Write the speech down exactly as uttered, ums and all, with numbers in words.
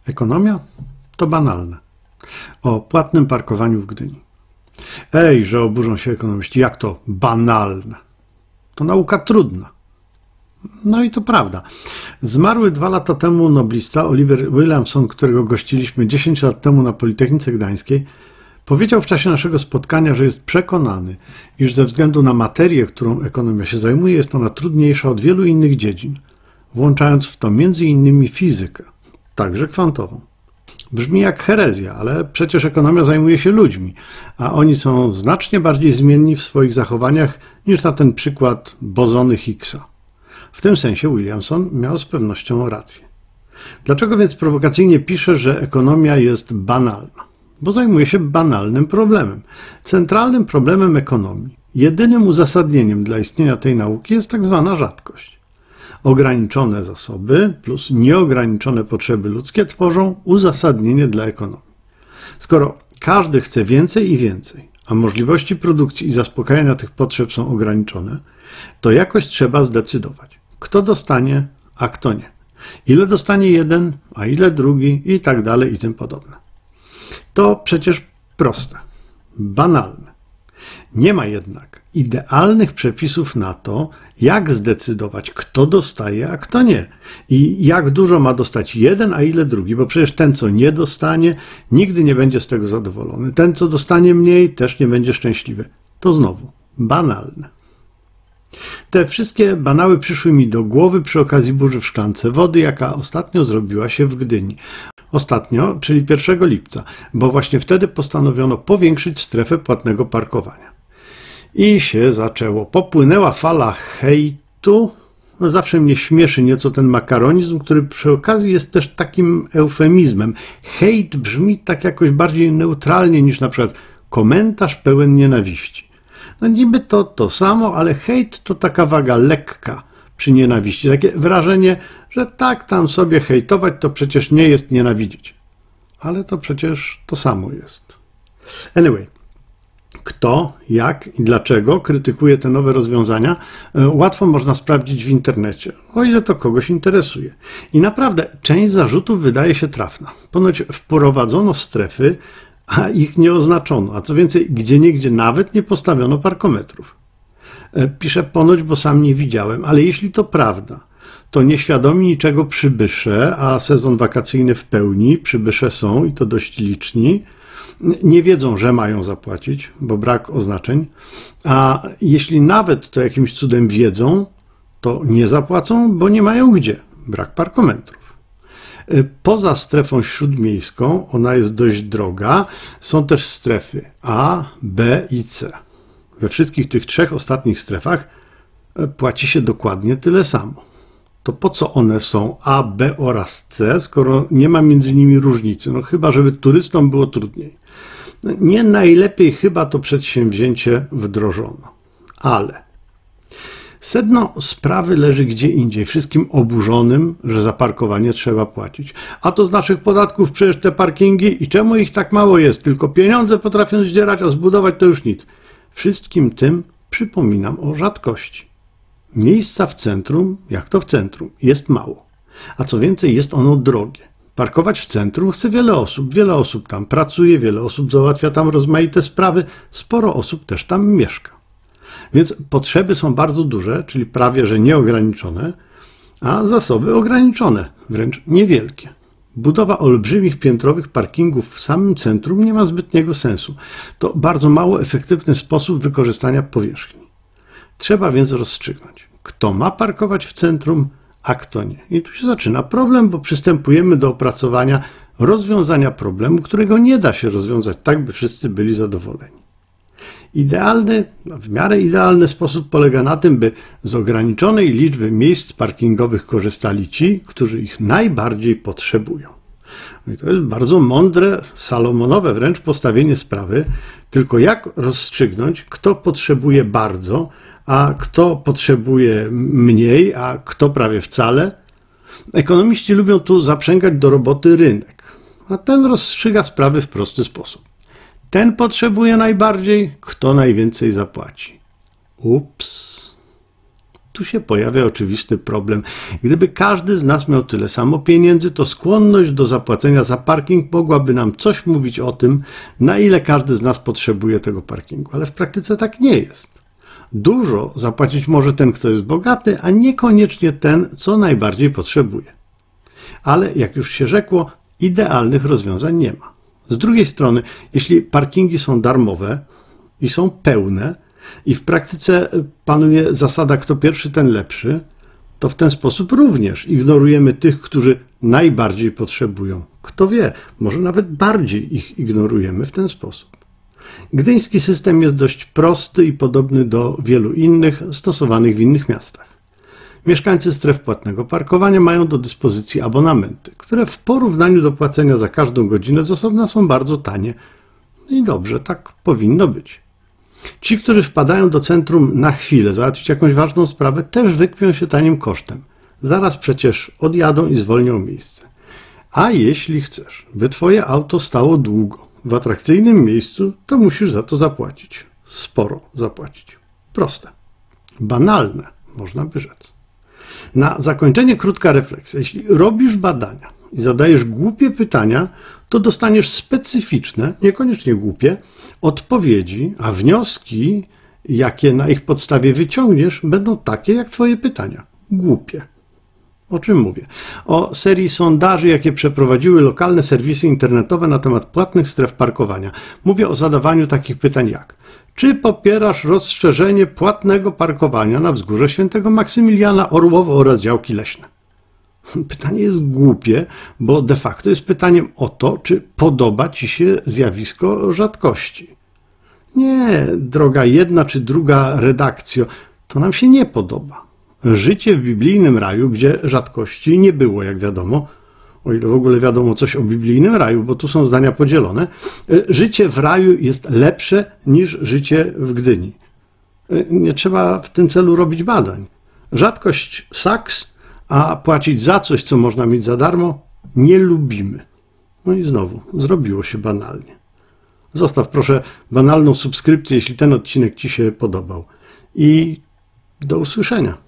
Ekonomia to banalne. O płatnym parkowaniu w Gdyni. Ej, że oburzą się ekonomiści. Jak to banalne? To nauka trudna. No i to prawda. Zmarły dwa lata temu noblista Oliver Williamson, którego gościliśmy dziesięć lat temu na Politechnice Gdańskiej, powiedział w czasie naszego spotkania, że jest przekonany, iż ze względu na materię, którą ekonomia się zajmuje, jest ona trudniejsza od wielu innych dziedzin, włączając w to między innymi fizykę, także kwantową. Brzmi jak herezja, ale przecież ekonomia zajmuje się ludźmi, a oni są znacznie bardziej zmienni w swoich zachowaniach niż na ten przykład bozony Higgsa. W tym sensie Williamson miał z pewnością rację. Dlaczego więc prowokacyjnie pisze, że ekonomia jest banalna? Bo zajmuje się banalnym problemem. Centralnym problemem ekonomii, jedynym uzasadnieniem dla istnienia tej nauki jest tak zwana rzadkość. Ograniczone zasoby plus nieograniczone potrzeby ludzkie tworzą uzasadnienie dla ekonomii. Skoro każdy chce więcej i więcej, a możliwości produkcji i zaspokajania tych potrzeb są ograniczone, to jakoś trzeba zdecydować, kto dostanie, a kto nie. Ile dostanie jeden, a ile drugi i tak dalej i tym podobne. To przecież proste, banalne. Nie ma jednak idealnych przepisów na to, jak zdecydować, kto dostaje, a kto nie. I jak dużo ma dostać jeden, a ile drugi, bo przecież ten, co nie dostanie, nigdy nie będzie z tego zadowolony. Ten, co dostanie mniej, też nie będzie szczęśliwy. To znowu banalne. Te wszystkie banały przyszły mi do głowy przy okazji burzy w szklance wody, jaka ostatnio zrobiła się w Gdyni. Ostatnio, czyli pierwszego lipca, bo właśnie wtedy postanowiono powiększyć strefę płatnego parkowania. I się zaczęło. Popłynęła fala hejtu. No zawsze mnie śmieszy nieco ten makaronizm, który przy okazji jest też takim eufemizmem. Hejt brzmi tak jakoś bardziej neutralnie niż na przykład komentarz pełen nienawiści. No niby to to samo, ale hejt to taka waga lekka przy nienawiści. Takie wrażenie, że tak tam sobie hejtować to przecież nie jest nienawidzić. Ale to przecież to samo jest. Anyway, kto, jak i dlaczego krytykuje te nowe rozwiązania, łatwo można sprawdzić w internecie, o ile to kogoś interesuje. I naprawdę część zarzutów wydaje się trafna. Ponoć wprowadzono strefy, a ich nie oznaczono, a co więcej, gdzieniegdzie nawet nie postawiono parkometrów. Piszę ponoć, bo sam nie widziałem, ale jeśli to prawda, to nieświadomi niczego przybysze, a sezon wakacyjny w pełni, przybysze są i to dość liczni, nie wiedzą, że mają zapłacić, bo brak oznaczeń, a jeśli nawet to jakimś cudem wiedzą, to nie zapłacą, bo nie mają gdzie, brak parkometrów. Poza strefą śródmiejską, ona jest dość droga, są też strefy A, B i C. We wszystkich tych trzech ostatnich strefach płaci się dokładnie tyle samo. To po co one są A, B oraz C, skoro nie ma między nimi różnicy? No chyba, żeby turystom było trudniej. Nie najlepiej chyba to przedsięwzięcie wdrożono. Ale sedno sprawy leży gdzie indziej. Wszystkim oburzonym, że za parkowanie trzeba płacić. A to z naszych podatków przecież te parkingi i czemu ich tak mało jest? Tylko pieniądze potrafią zdzierać, a zbudować to już nic. Wszystkim tym przypominam o rzadkości. Miejsca w centrum, jak to w centrum, jest mało. A co więcej, jest ono drogie. Parkować w centrum chce wiele osób. Wiele osób tam pracuje, wiele osób załatwia tam rozmaite sprawy, sporo osób też tam mieszka. Więc potrzeby są bardzo duże, czyli prawie że nieograniczone, a zasoby ograniczone, wręcz niewielkie. Budowa olbrzymich piętrowych parkingów w samym centrum nie ma zbytniego sensu. To bardzo mało efektywny sposób wykorzystania powierzchni. Trzeba więc rozstrzygnąć, kto ma parkować w centrum, a kto nie. I tu się zaczyna problem, bo przystępujemy do opracowania rozwiązania problemu, którego nie da się rozwiązać tak, by wszyscy byli zadowoleni. Idealny, w miarę idealny sposób polega na tym, by z ograniczonej liczby miejsc parkingowych korzystali ci, którzy ich najbardziej potrzebują. No i to jest bardzo mądre, salomonowe wręcz postawienie sprawy, tylko jak rozstrzygnąć, kto potrzebuje bardzo, a kto potrzebuje mniej, a kto prawie wcale. Ekonomiści lubią tu zaprzęgać do roboty rynek, a ten rozstrzyga sprawy w prosty sposób. Ten potrzebuje najbardziej, kto najwięcej zapłaci. Ups. Tu się pojawia oczywisty problem. Gdyby każdy z nas miał tyle samo pieniędzy, to skłonność do zapłacenia za parking mogłaby nam coś mówić o tym, na ile każdy z nas potrzebuje tego parkingu. Ale w praktyce tak nie jest. Dużo zapłacić może ten, kto jest bogaty, a niekoniecznie ten, co najbardziej potrzebuje. Ale jak już się rzekło, idealnych rozwiązań nie ma. Z drugiej strony, jeśli parkingi są darmowe i są pełne, i w praktyce panuje zasada kto pierwszy, ten lepszy, to w ten sposób również ignorujemy tych, którzy najbardziej potrzebują. Kto wie, może nawet bardziej ich ignorujemy w ten sposób. Gdyński system jest dość prosty i podobny do wielu innych stosowanych w innych miastach. Mieszkańcy stref płatnego parkowania mają do dyspozycji abonamenty, które w porównaniu do płacenia za każdą godzinę z osobna są bardzo tanie. I dobrze, tak powinno być. Ci, którzy wpadają do centrum na chwilę załatwić jakąś ważną sprawę, też wykpią się tanim kosztem. Zaraz przecież odjadą i zwolnią miejsce. A jeśli chcesz, by twoje auto stało długo w atrakcyjnym miejscu, to musisz za to zapłacić. Sporo zapłacić. Proste. Banalne, można by rzec. Na zakończenie krótka refleksja. Jeśli robisz badania i zadajesz głupie pytania, to dostaniesz specyficzne, niekoniecznie głupie, odpowiedzi, a wnioski, jakie na ich podstawie wyciągniesz, będą takie jak twoje pytania. Głupie. O czym mówię? O serii sondaży, jakie przeprowadziły lokalne serwisy internetowe na temat płatnych stref parkowania. Mówię o zadawaniu takich pytań jak: czy popierasz rozszerzenie płatnego parkowania na Wzgórze Świętego Maksymiliana, Orłowo oraz działki leśne? Pytanie jest głupie, bo de facto jest pytaniem o to, czy podoba ci się zjawisko rzadkości. Nie, droga jedna czy druga redakcjo, to nam się nie podoba. Życie w biblijnym raju, gdzie rzadkości nie było, jak wiadomo, o ile w ogóle wiadomo coś o biblijnym raju, bo tu są zdania podzielone, życie w raju jest lepsze niż życie w Gdyni. Nie trzeba w tym celu robić badań. Rzadkość saks, a płacić za coś, co można mieć za darmo, nie lubimy. No i znowu, zrobiło się banalnie. Zostaw proszę banalną subskrypcję, jeśli ten odcinek ci się podobał. I do usłyszenia.